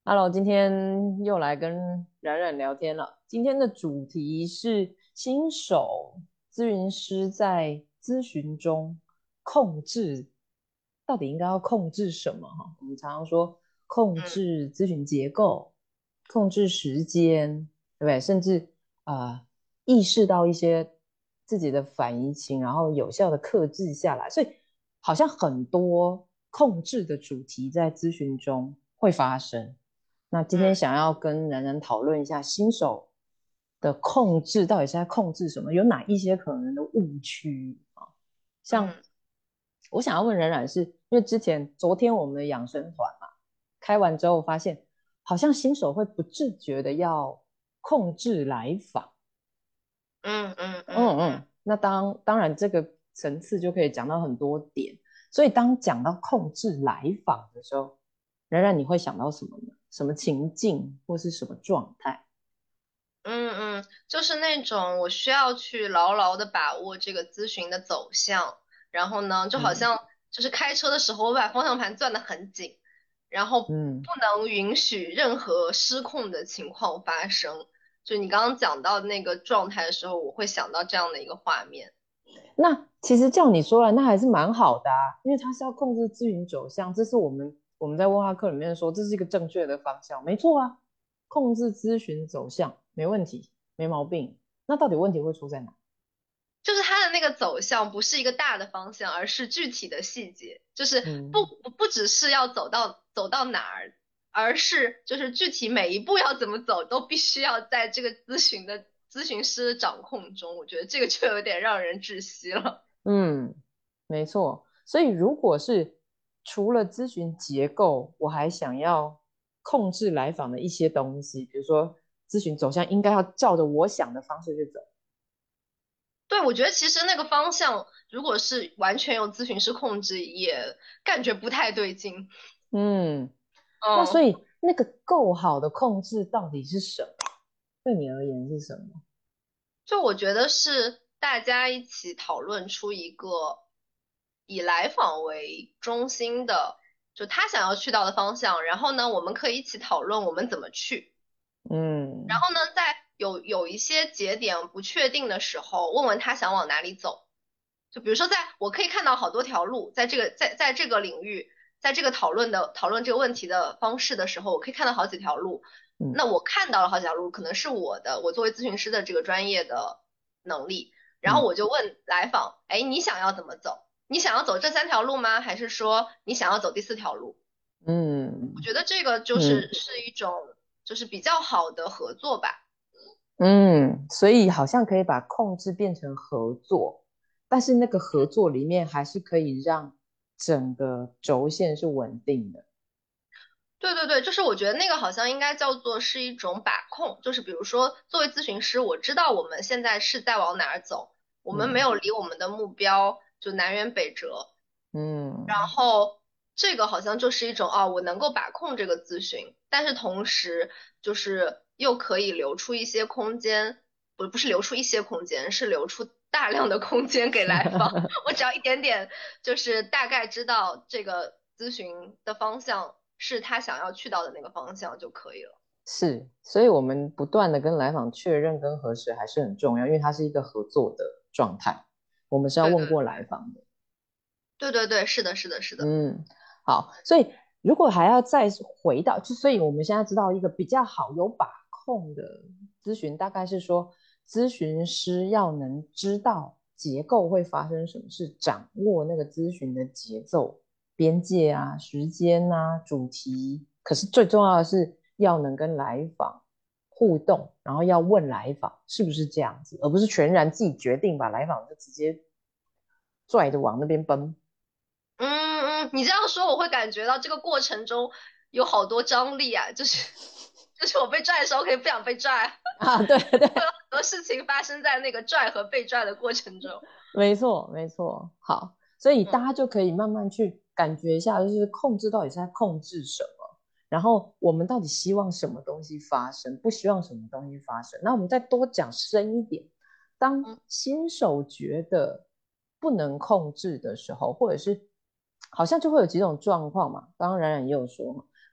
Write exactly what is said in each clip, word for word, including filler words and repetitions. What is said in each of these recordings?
Hello，今天又来跟冉冉聊天了。今天的主题是新手咨询师在咨询中控制，到底应该要控制什么？哈，我们常常说控嗯制咨询结构，控制时间，对不对？甚至啊、呃意识到一些自己的反移情，然后有效的克制下来。所以好像很多控制的主题在咨询中会发生。那今天嗯想要跟冉冉讨论一下新手的控制到底是在控制什么，有哪一些可能的误区啊？像嗯我想要问冉冉是，因为之前昨天我们的养生团嘛，开完之后发现，好像新手会不自觉的要控制来访。 嗯嗯嗯嗯， 嗯嗯，那当当然这个层次就可以讲到很多点，所以当讲到控制来访的时候，冉冉你会想到什么呢？什么情境或是什么状态？ 嗯嗯，就是那种我需要去牢牢的把握这个咨询的走向，然后呢，就好嗯像就是开车的时候，我把方向盘攥得很紧，然后嗯不能允许任何失控的情况发生。就你刚刚讲到那个状态的时候，我会想到这样的一个画面。 那其实照你说来，那还是蛮好的啊，因为它是要控制咨询走向，这是我们我们在问话课里面说这是一个正确的方向，没错啊，控制咨询走向没问题，没毛病。那到底问题会出在哪？ 就是它的那个走向不是一个大的方向，而是具体的细节，就是不嗯。 不不只是要走到走到哪儿，而是就是具体每一步要怎么走，都必须要在这个咨询的咨询师的掌控中。我觉得这个就有点让人窒息了。 嗯，没错。所以如果是除了咨询结构，我还想要控制来访的一些东西，比如说咨询走向应该要照着我想的方式去走。 对，我觉得其实那个方向如果是完全由咨询师控制，也感觉不太对劲。 嗯，那所嗯。 以那个够好的控制到底是什么？对你而言是什么？ 就我觉得是大家一起讨论出一个以来访为中心的，就他想要去到的方向，然后呢，我们可以一起讨论我们怎么去，然嗯后呢，在有有一些节点不确定的时候，问问他想往哪里走。就比如说在，我可以看到好多条路，在这个在在这个领域，在这个讨论的讨论这个问题的方式的时候，我可以看到好几条路。 嗯那我看到了好几条路，可能是我的我作为咨询师的这个专业的能力，然后嗯我就问来访，哎，你想要怎么走？你想要走这三条路吗？还是说你想要走第四条路？我嗯觉得这个就嗯是是一种就是比较好的合作吧。 嗯，所以好像可以把控制变成合作，但是那个合作里面还是可以让整个轴线是稳定的。 对对对，就是我觉得那个好像应该叫做是一种把控，就是比如说作为咨询师，我知道我们现在是在往哪儿走，我们没嗯有离我们的目标就南辕北辙，然嗯后这个好像就是一种啊，我能够把控这个咨询，但是同时就是又可以留出一些空间，不不是留出一些空间，是留出大量的空间给来访。我只要一点点，就是大概知道这个咨询的方向是他想要去到的那个方向就可以了。 是，所以我们不断的跟来访确认跟核实还是很重要，因为它是一个合作的状态，我们是要对对问过来访的。 对对对，是的，是的，是的。 嗯，好，所以如果还要再回到，就所以我们现在知道一个比较好有把控的咨询，大概是说咨询师要能知道结构会发生什么事，掌握那个咨询的节奏、边界啊、时间啊、主题。可是最重要的是要能跟来访互动，然后要问来访是不是这样子，而不是全然自己决定把来访就直接拽着往那边奔。 嗯嗯，你这样说我会感觉到这个过程中有好多张力啊，就是就是我被拽的时候可以不想被拽。 啊，对对， 很多事情发生在那个拽和被拽的过程中。 没错没错。好，所以大嗯家就可以慢慢去感觉一下，就是控制到底是在控制什么，然后我们到底希望什么东西发生，不希望什么东西发生。那我们再多讲深一点，当嗯新手觉得不能控制的时候，或者是好像就会有几种状况嘛。刚刚冉冉也有说嘛，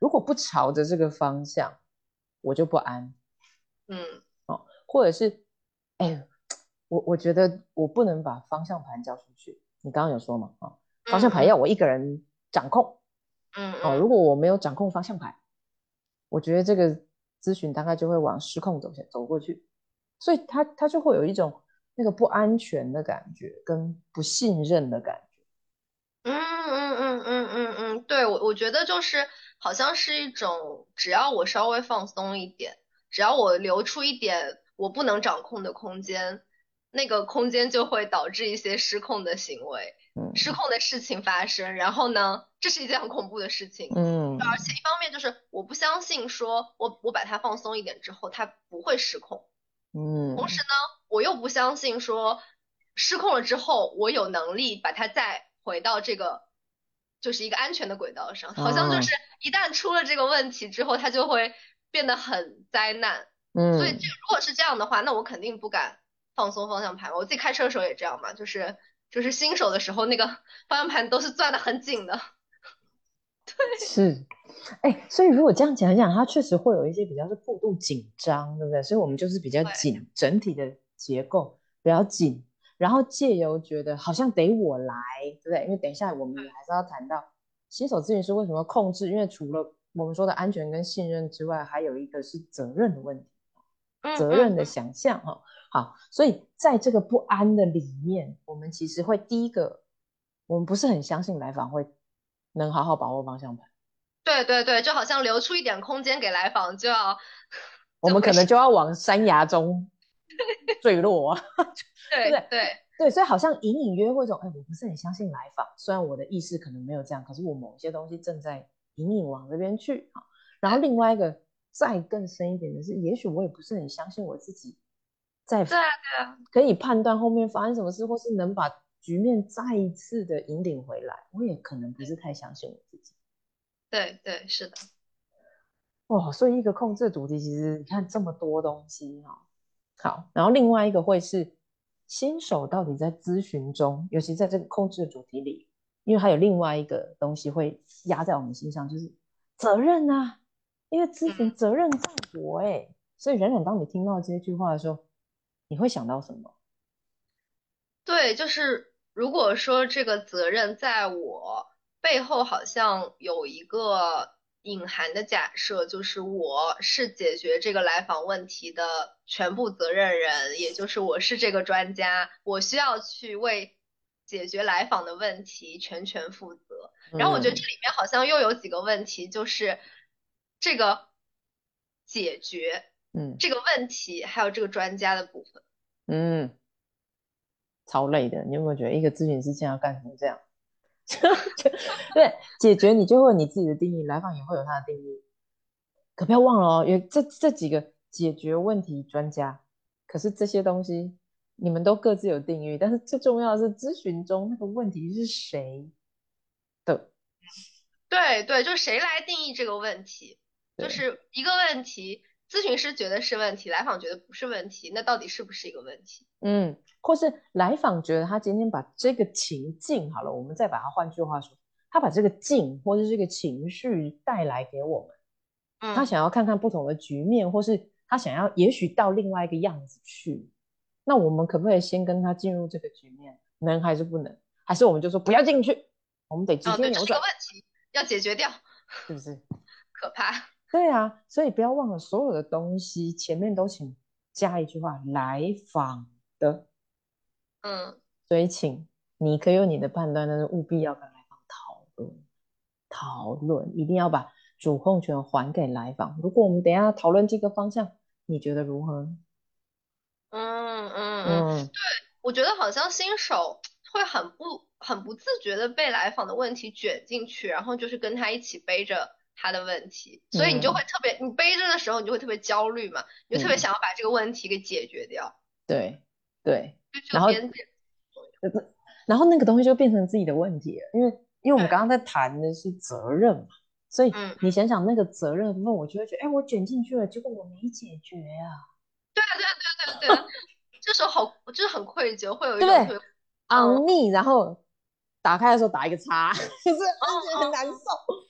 如果不朝着这个方向，我就不安。 嗯哦，或者是，哎，我我觉得我不能把方向盘交出去。你刚刚有说嘛，啊、哦，方向盘嗯嗯要我一个人掌控。哦，如嗯嗯。 果我没有掌控方向盘，我觉得这个咨询大概就会往失控走走过去，所以他他就会有一种那个不安全的感觉，跟不信任的感觉。 嗯嗯嗯嗯嗯嗯，对，我我觉得就是好像是一种，只要我稍微放松一点，只要我留出一点我不能掌控的空间，那个空间就会导致一些失控的行为、失嗯控的事情发生。然后呢，这是一件很恐怖的事情。而且嗯一方面就是我不相信说我我把它放松一点之后，它不会失控。同时嗯呢，我又不相信说失控了之后，我有能力把它再回到这个就是一个安全的轨道上。好像就是嗯一旦出了这个问题之后，它就会变得很灾难。所以这嗯， 如果是这样的话，那我肯定不敢放松方向盘。我自己开车的时候也这样嘛，就是就是新手的时候，那个方向盘都是攥得很紧的。 是。哎，所以如果这样讲一讲，它确实会有一些比较是过度紧张，对不对？所以我们就是比较对， 紧，整体的结构比较紧，然后借由觉得好像得我来，对不对？因为等一下我们也还是要谈到新手咨询师为什么控制，因为除了我们说的安全跟信任之外，还有一个是责任的问题，责任的嗯嗯嗯， 想象哈、哦。好，所以在这个不安的里面，我们其实会第一个，我们不是很相信来访会能好好把握方向盘。 对对对，就好像留出一点空间给来访，就要我们可能就会是， 就要往山崖中坠落啊，对不对？ 对对。 对，所以好像隐隐约会这种，哎，我不是很相信来访，虽然我的意识可能没有这样，可是我某些东西正在隐隐往这边去啊。然后对另外一个再更深一点的是，也许我也不是很相信我自己，在对啊对啊， 可以判断后面发生什么事，或是能把局面再一次的引领回来，我也可能不是太相信我自己。 对对是的。 哦，所以一个控制的主题，其实你看这么多东西哈、哦。好，然后另外一个会是新手到底在咨询中，尤其在这个控制的主题里，因为还有另外一个东西会压在我们心上，就是责任啊。因为咨询嗯， 责任在我哎，所以冉冉，当你听到这句话的时候，你会想到什么？ 对，就是如果说这个责任在我背后，好像有一个隐含的假设，就是我是解决这个来访问题的全部责任人，也就是我是这个专家，我需要去为解决来访的问题全权负责。然后我觉得这嗯里面好像又有几个问题，就是这个解决嗯这个问题，还有这个专家的部分。 嗯，超累的。你有没有觉得一个咨询师竟然要干成这样？对，解决你就会有你自己的定义，来访也会有他的定义。可不要忘了哦，有这这几个解决问题专家，可是这些东西你们都各自有定义，但是最重要的是咨询中那个问题是谁的。 对对，就谁来定义这个问题？就对， 是一个问题，咨询师觉得是问题，来访觉得不是问题，那到底是不是一个问题？ 嗯，或是来访觉得他今天把这个情境好了，我们再把它换句话说，他把这个境或是这个情绪带来给我们，他嗯， 想要看看不同的局面，或是他想要也许到另外一个样子去，那我们可不可以先跟他进入这个局面，能还是不能？还是我们就说不要进去，我们得直哦，对，这是一个接扭转， 问题，要解决掉， 是不是？ 可怕。 对啊，所以不要忘了所有的东西前面都请加一句话，来访的， 嗯所以请你可以有你的判断，但是务必要跟来访讨论，讨论一定要把主控权还给来访。如果我们等一下讨论这个方向，你觉得如何？ 嗯嗯嗯， 嗯我觉得好像新手会很不很不自觉的被来访的问题卷进去，然后就是跟他一起背着他的问题，所以你就会嗯特别，你背着的时候你就会特别焦虑嘛，你就特别嗯， 想要把这个问题给解决掉， 对对， 就具然后有边界。 呃不，然后那个东西就变成自己的问题了，因为因为我们对， 刚刚在谈的是责任嘛，所以嗯。 你想想那个责任的部分，我就会觉得，哎，我卷进去了，结果我没解决啊， 对啊，对啊，对啊，对啊，对啊，这时候好，就是很愧疚，会有一对不对？ 种特别，嗯昂逆，然后打开的时候打一个叉，就是嗯而且很难受。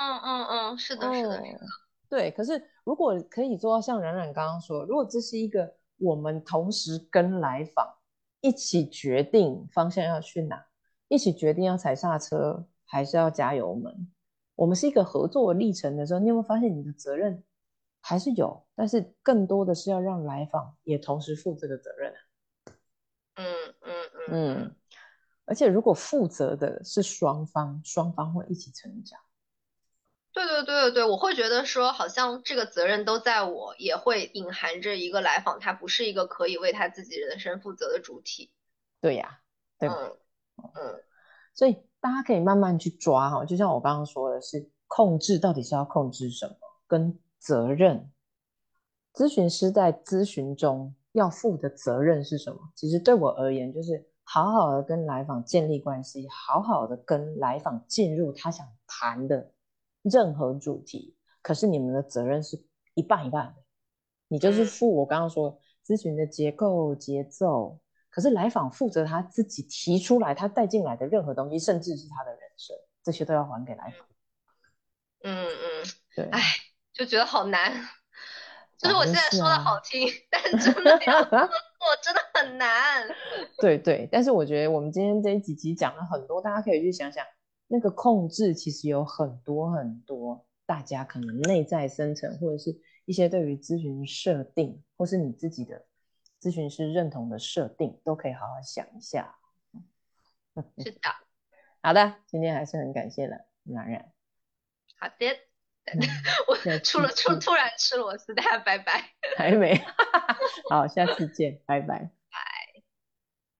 嗯嗯嗯，是的，是的，是的。 嗯，对。可是如果可以做到像冉冉刚刚说，如果这是一个我们同时跟来访一起决定方向要去哪，一起决定要踩刹车还是要加油门，我们是一个合作的历程的时候，你有没有发现你的责任还是有，但是更多的是要让来访也同时负这个责任啊。 嗯嗯嗯嗯， 嗯。 而且如果负责的是双方，双方会一起成长。 对对对对对，我会觉得说，好像这个责任都在我，也会隐含着一个来访，他不是一个可以为他自己人生负责的主体。 对呀，对吧？ 嗯嗯所以大家可以慢慢去抓哈，就像我刚刚说的是，控制到底是要控制什么，跟责任。咨询师在咨询中要负的责任是什么？其实对我而言，就是好好的跟来访建立关系，好好的跟来访进入他想谈的任何主题。可是你们的责任是一半一半的，你就是嗯， 负我刚刚说咨询的结构节奏，可是来访负责他自己提出来他带进来的任何东西，甚至是他的人生，这些都要还给来访。 嗯嗯，哎， 对， 就觉得好难。就是我本来就现在说的是啊。 好听，但是真的要这么做，真的很难。 对对，但是我觉得我们今天这一集其实讲了很多，大家可以去想想，那个控制其实有很多很多，大家可能内在生成，或者是一些对于咨询设定，或是你自己的咨询师认同的设定，都可以好好想一下。 是的， 好的，今天还是很感谢了，冉冉。 好的。 嗯， 我下出了出次见。 突然吃螺丝，大家拜拜。 还没，好，下次见，拜拜。